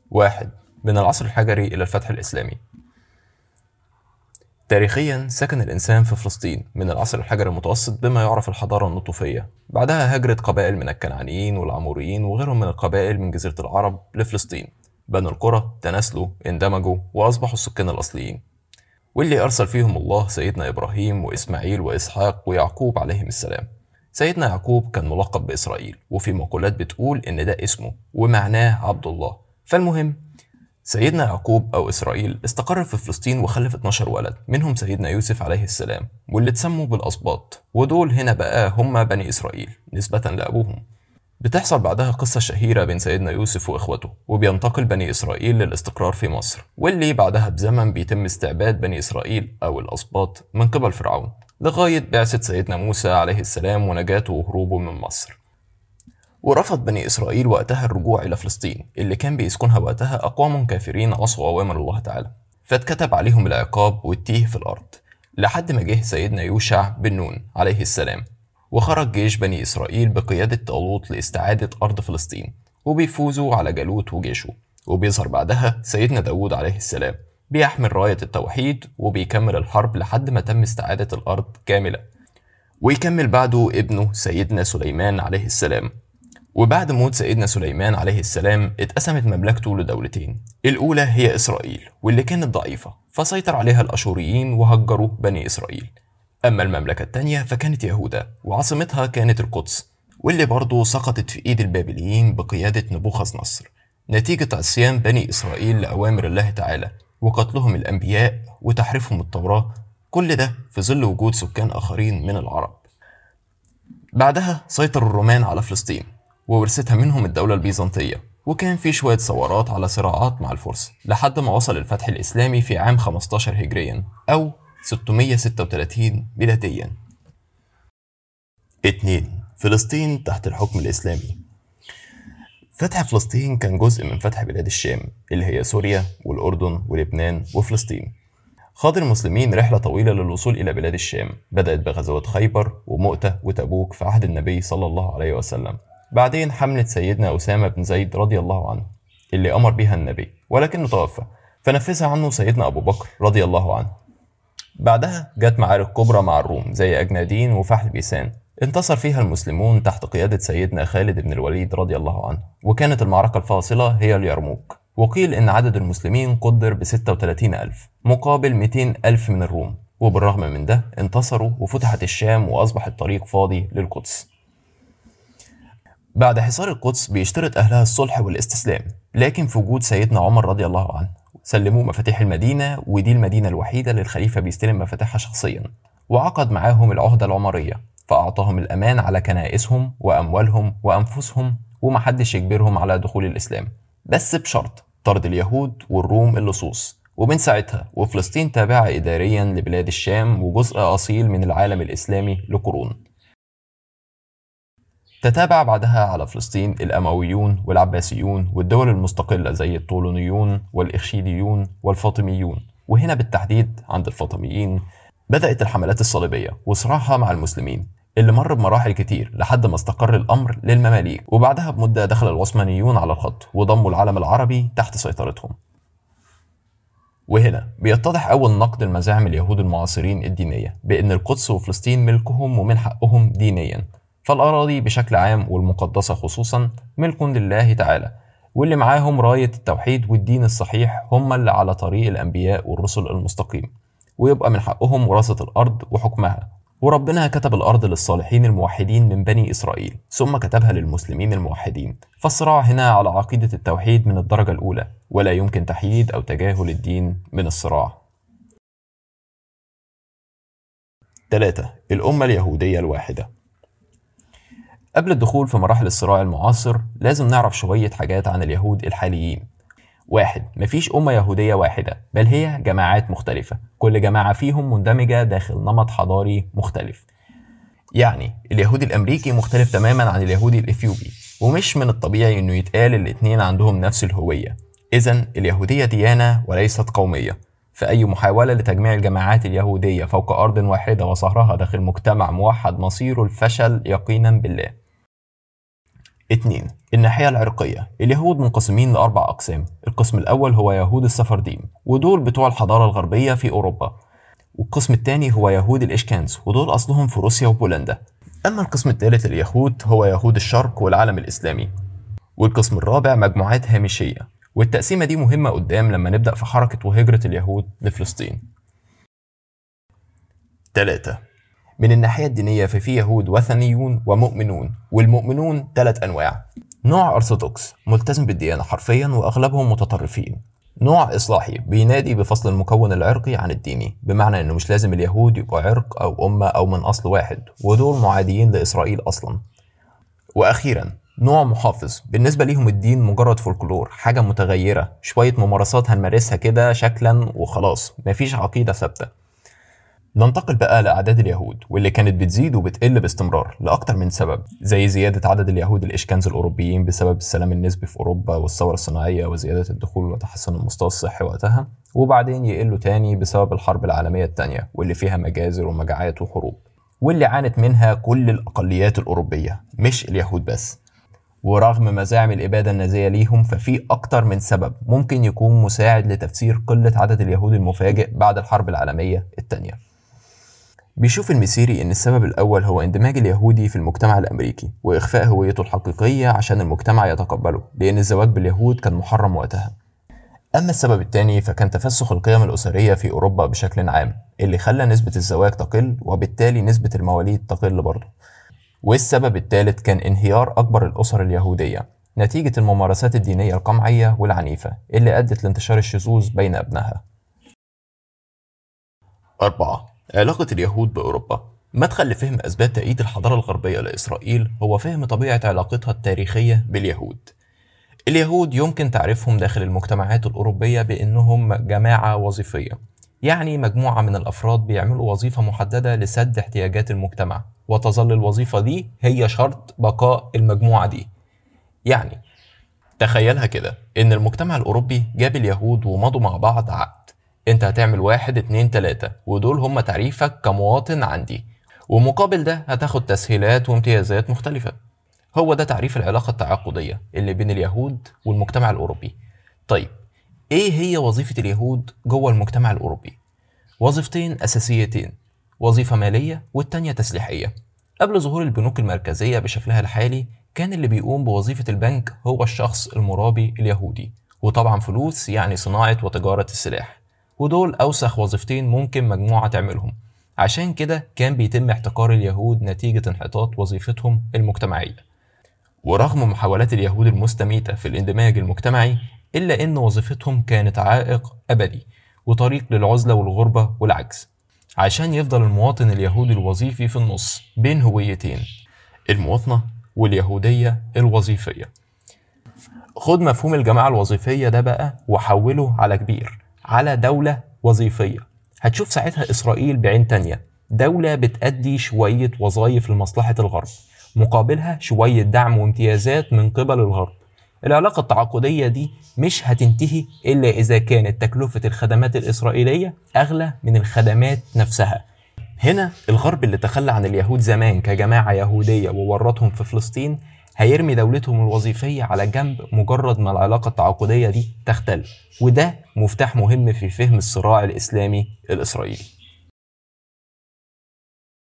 1. من العصر الحجري إلى الفتح الإسلامي. تاريخيا سكن الإنسان في فلسطين من العصر الحجري المتوسط بما يعرف الحضارة النطوفية. بعدها هاجرت قبائل من الكنعانيين والعموريين وغيرهم من القبائل من جزيرة العرب لفلسطين. بنوا القرى، تناسلوا، اندمجوا، وأصبحوا السكان الأصليين، واللي أرسل فيهم الله سيدنا إبراهيم وإسماعيل وإسحاق ويعقوب عليهم السلام. سيدنا يعقوب كان ملقب بإسرائيل، وفي مقولات بتقول إن ده اسمه ومعناه عبد الله. فالمهم، سيدنا يعقوب أو إسرائيل استقر في فلسطين وخلف 12 ولد، منهم سيدنا يوسف عليه السلام، واللي اتسموا بالأسباط، ودول هنا بقى هم بني إسرائيل نسبة لأبوهم. بتحصل بعدها قصة شهيرة بين سيدنا يوسف وإخوته، وبينتقل بني إسرائيل للاستقرار في مصر، واللي بعدها بزمن بيتم استعباد بني إسرائيل أو الأسباط من قبل فرعون، لغاية بعثة سيدنا موسى عليه السلام ونجاته وهروبه من مصر. ورفض بني إسرائيل وقتها الرجوع إلى فلسطين اللي كان بيسكنها وقتها أقوام كافرين عصوا أوامر الله تعالى، فاتكتب عليهم العقاب والتيه في الأرض، لحد ما جه سيدنا يوشع بن نون عليه السلام، وخرج جيش بني إسرائيل بقيادة طالوت لاستعادة أرض فلسطين، وبيفوزوا على جالوت وجيشه. وبيظهر بعدها سيدنا داود عليه السلام بيحمل راية التوحيد، وبيكمل الحرب لحد ما تم استعادة الأرض كاملة. ويكمل بعده ابنه سيدنا سليمان عليه السلام. وبعد موت سيدنا سليمان عليه السلام اتقسمت مملكته لدولتين، الأولى هي إسرائيل واللي كانت ضعيفة فسيطر عليها الأشوريين وهجروا بني إسرائيل. أما المملكة التانية فكانت يهوذا وعاصمتها كانت القدس، واللي برضه سقطت في إيد البابليين بقيادة نبوخذ نصر، نتيجة عصيان بني إسرائيل لأوامر الله تعالى وقتلهم الأنبياء وتحريفهم التوراة، كل ده في ظل وجود سكان آخرين من العرب. بعدها سيطر الرومان على فلسطين وورثتها منهم الدولة البيزنطية، وكان في شوية ثورات على صراعات مع الفرس لحد ما وصل الفتح الإسلامي في عام 15 هجريا أو 636 ميلاديا. 2. فلسطين تحت الحكم الإسلامي. فتح فلسطين كان جزء من فتح بلاد الشام اللي هي سوريا والأردن ولبنان وفلسطين. خاض المسلمين رحلة طويلة للوصول إلى بلاد الشام، بدأت بغزوات خيبر ومؤتة وتبوك في عهد النبي صلى الله عليه وسلم، بعدين حملة سيدنا أسامة بن زيد رضي الله عنه اللي أمر بها النبي ولكنه توفى، فنفذها عنه سيدنا أبو بكر رضي الله عنه. بعدها جت معارك كبرى مع الروم زي أجنادين وفحل بيسان، انتصر فيها المسلمون تحت قيادة سيدنا خالد بن الوليد رضي الله عنه، وكانت المعركة الفاصلة هي اليرموك. وقيل إن عدد المسلمين قدر ب36,000 مقابل 200,000 من الروم، وبالرغم من ده انتصروا وفتحت الشام وأصبح الطريق فاضي للقدس. بعد حصار القدس بيشترط أهلها الصلح والاستسلام، لكن في وجود سيدنا عمر رضي الله عنه سلموه مفاتيح المدينة، ودي المدينة الوحيدة اللي الخليفة بيستلم مفاتيحها شخصيا، وعقد معاهم العهدة العمرية، فأعطاهم الأمان على كنائسهم وأموالهم وأنفسهم، ومحدش يجبرهم على دخول الإسلام، بس بشرط طرد اليهود والروم اللصوص. ومن ساعتها وفلسطين تابعة إداريا لبلاد الشام وجزء أصيل من العالم الإسلامي لقرون. تتابع بعدها على فلسطين الأمويون والعباسيون والدول المستقلة زي الطولونيون والإخشيديون والفاطميون، وهنا بالتحديد عند الفاطميين بدأت الحملات الصليبية وصراعها مع المسلمين اللي مر بمراحل كتير لحد ما استقر الأمر للمماليك، وبعدها بمدة دخل العثمانيون على الخط وضموا العالم العربي تحت سيطرتهم. وهنا بيتضح أول نقد المزاعم اليهود المعاصرين الدينية بأن القدس وفلسطين ملكهم ومن حقهم دينيا، فالأراضي بشكل عام والمقدسة خصوصا ملك لله تعالى، واللي معاهم راية التوحيد والدين الصحيح هم اللي على طريق الأنبياء والرسل المستقيم، ويبقى من حقهم وراثة الأرض وحكمها. وربنا كتب الأرض للصالحين الموحدين من بني إسرائيل ثم كتبها للمسلمين الموحدين، فالصراع هنا على عقيدة التوحيد من الدرجة الأولى، ولا يمكن تحييد أو تجاهل الدين من الصراع. 3. الأمة اليهودية الواحدة. قبل الدخول في مراحل الصراع المعاصر لازم نعرف شوية حاجات عن اليهود الحاليين. 1. مفيش أمة يهودية واحدة، بل هي جماعات مختلفة، كل جماعة فيهم مندمجة داخل نمط حضاري مختلف. يعني اليهودي الأمريكي مختلف تماما عن اليهودي الإثيوبي، ومش من الطبيعي إنه يتقال الاتنين عندهم نفس الهوية. إذن اليهودية ديانة وليست قومية، فأي محاولة لتجميع الجماعات اليهودية فوق أرض واحدة وصهرها داخل مجتمع موحد مصيره الفشل يقينا بالله. 2. الناحية العرقية. اليهود منقسمين لأربع أقسام. القسم الأول هو يهود السفرديم، ودول بتوع الحضارة الغربية في أوروبا. والقسم الثاني هو يهود الإشكانز، ودول أصلهم في روسيا وبولندا. أما القسم الثالث لليهود هو يهود الشرق والعالم الإسلامي. والقسم الرابع مجموعات هامشية، والتقسيمة دي مهمة قدام لما نبدأ في حركة وهجرة اليهود لفلسطين. 3. من الناحية الدينية ففي يهود وثنيون ومؤمنون، والمؤمنون 3 أنواع. نوع أرثوذكس ملتزم بالديانة حرفيا وأغلبهم متطرفين. نوع إصلاحي بينادي بفصل المكون العرقي عن الديني، بمعنى إنه مش لازم اليهود يبقوا عرق أو أمة أو من أصل واحد، ودول معاديين لإسرائيل أصلا. وأخيرا نوع محافظ، بالنسبة ليهم الدين مجرد فولكلور، حاجة متغيرة، شوية ممارسات هنمارسها كده شكلا وخلاص، مفيش عقيدة ثابتة. ننتقل بقى لأعداد اليهود، واللي كانت بتزيد وبتقل باستمرار لأكتر من سبب، زي زيادة عدد اليهود الإشكنز الأوروبيين بسبب السلام النسبي في أوروبا والثورة الصناعية وزيادة الدخول وتحسن المستوى الصحي وقتها، وبعدين يقلوا تاني بسبب الحرب العالمية التانية واللي فيها مجازر ومجاعات وحروب، واللي عانت منها كل الأقليات الأوروبية مش اليهود بس. ورغم مزاعم الإبادة النازية ليهم، ففي أكتر من سبب ممكن يكون مساعد لتفسير قلة عدد اليهود المفاجئ بعد الحرب العالمية التانية. بيشوف المسيري إن السبب الأول هو اندماج اليهودي في المجتمع الأمريكي وإخفاء هويته الحقيقية عشان المجتمع يتقبله، لأن الزواج باليهود كان محرم وقتها. أما السبب الثاني فكان تفسخ القيم الأسرية في أوروبا بشكل عام، اللي خلى نسبة الزواج تقل وبالتالي نسبة المواليد تقل برضه. والسبب الثالث كان انهيار أكبر الأسر اليهودية نتيجة الممارسات الدينية القمعية والعنيفة اللي أدت لانتشار الشذوذ بين أبنائها. 4. علاقة اليهود بأوروبا. مدخل لفهم أسباب تأييد الحضارة الغربية لإسرائيل هو فهم طبيعة علاقتها التاريخية باليهود. اليهود يمكن تعريفهم داخل المجتمعات الأوروبية بأنهم جماعة وظيفية، يعني مجموعة من الأفراد بيعملوا وظيفة محددة لسد احتياجات المجتمع، وتظل الوظيفة دي هي شرط بقاء المجموعة دي. يعني تخيلها كده، إن المجتمع الأوروبي جاب اليهود ومضوا مع بعض عقد، انت هتعمل 1 2 3 ودول هم تعريفك كمواطن عندي، ومقابل ده هتاخد تسهيلات وامتيازات مختلفة. هو ده تعريف العلاقة التعاقدية اللي بين اليهود والمجتمع الأوروبي. طيب ايه هي وظيفة اليهود جوه المجتمع الأوروبي؟ وظيفتين أساسيتين، وظيفة مالية والتانية تسليحية. قبل ظهور البنوك المركزية بشكلها الحالي كان اللي بيقوم بوظيفة البنك هو الشخص المرابي اليهودي، وطبعا فلوس يعني صناعة وتجارة السلاح، ودول أوسخ وظيفتين ممكن مجموعة تعملهم. عشان كده كان بيتم احتقار اليهود نتيجة انحطاط وظيفتهم المجتمعية. ورغم محاولات اليهود المستميتة في الاندماج المجتمعي، إلا إن وظيفتهم كانت عائق أبدي وطريق للعزلة والغربة والعجز، عشان يفضل المواطن اليهودي الوظيفي في النص بين هويتين، المواطنة واليهودية الوظيفية. خد مفهوم الجماعة الوظيفية ده بقى وحوله على كبير، على دولة وظيفية. هتشوف ساعتها إسرائيل بعين تانية، دولة بتأدي شوية وظائف لمصلحة الغرب، مقابلها شوية دعم وامتيازات من قبل الغرب. العلاقة التعاقدية دي مش هتنتهي إلا إذا كانت تكلفة الخدمات الإسرائيلية أغلى من الخدمات نفسها. هنا الغرب اللي تخلى عن اليهود زمان كجماعة يهودية وورطهم في فلسطين هيرمي دولتهم الوظيفية على جنب مجرد ما العلاقة التعاقدية دي تختل، وده مفتاح مهم في فهم الصراع الإسلامي الإسرائيلي.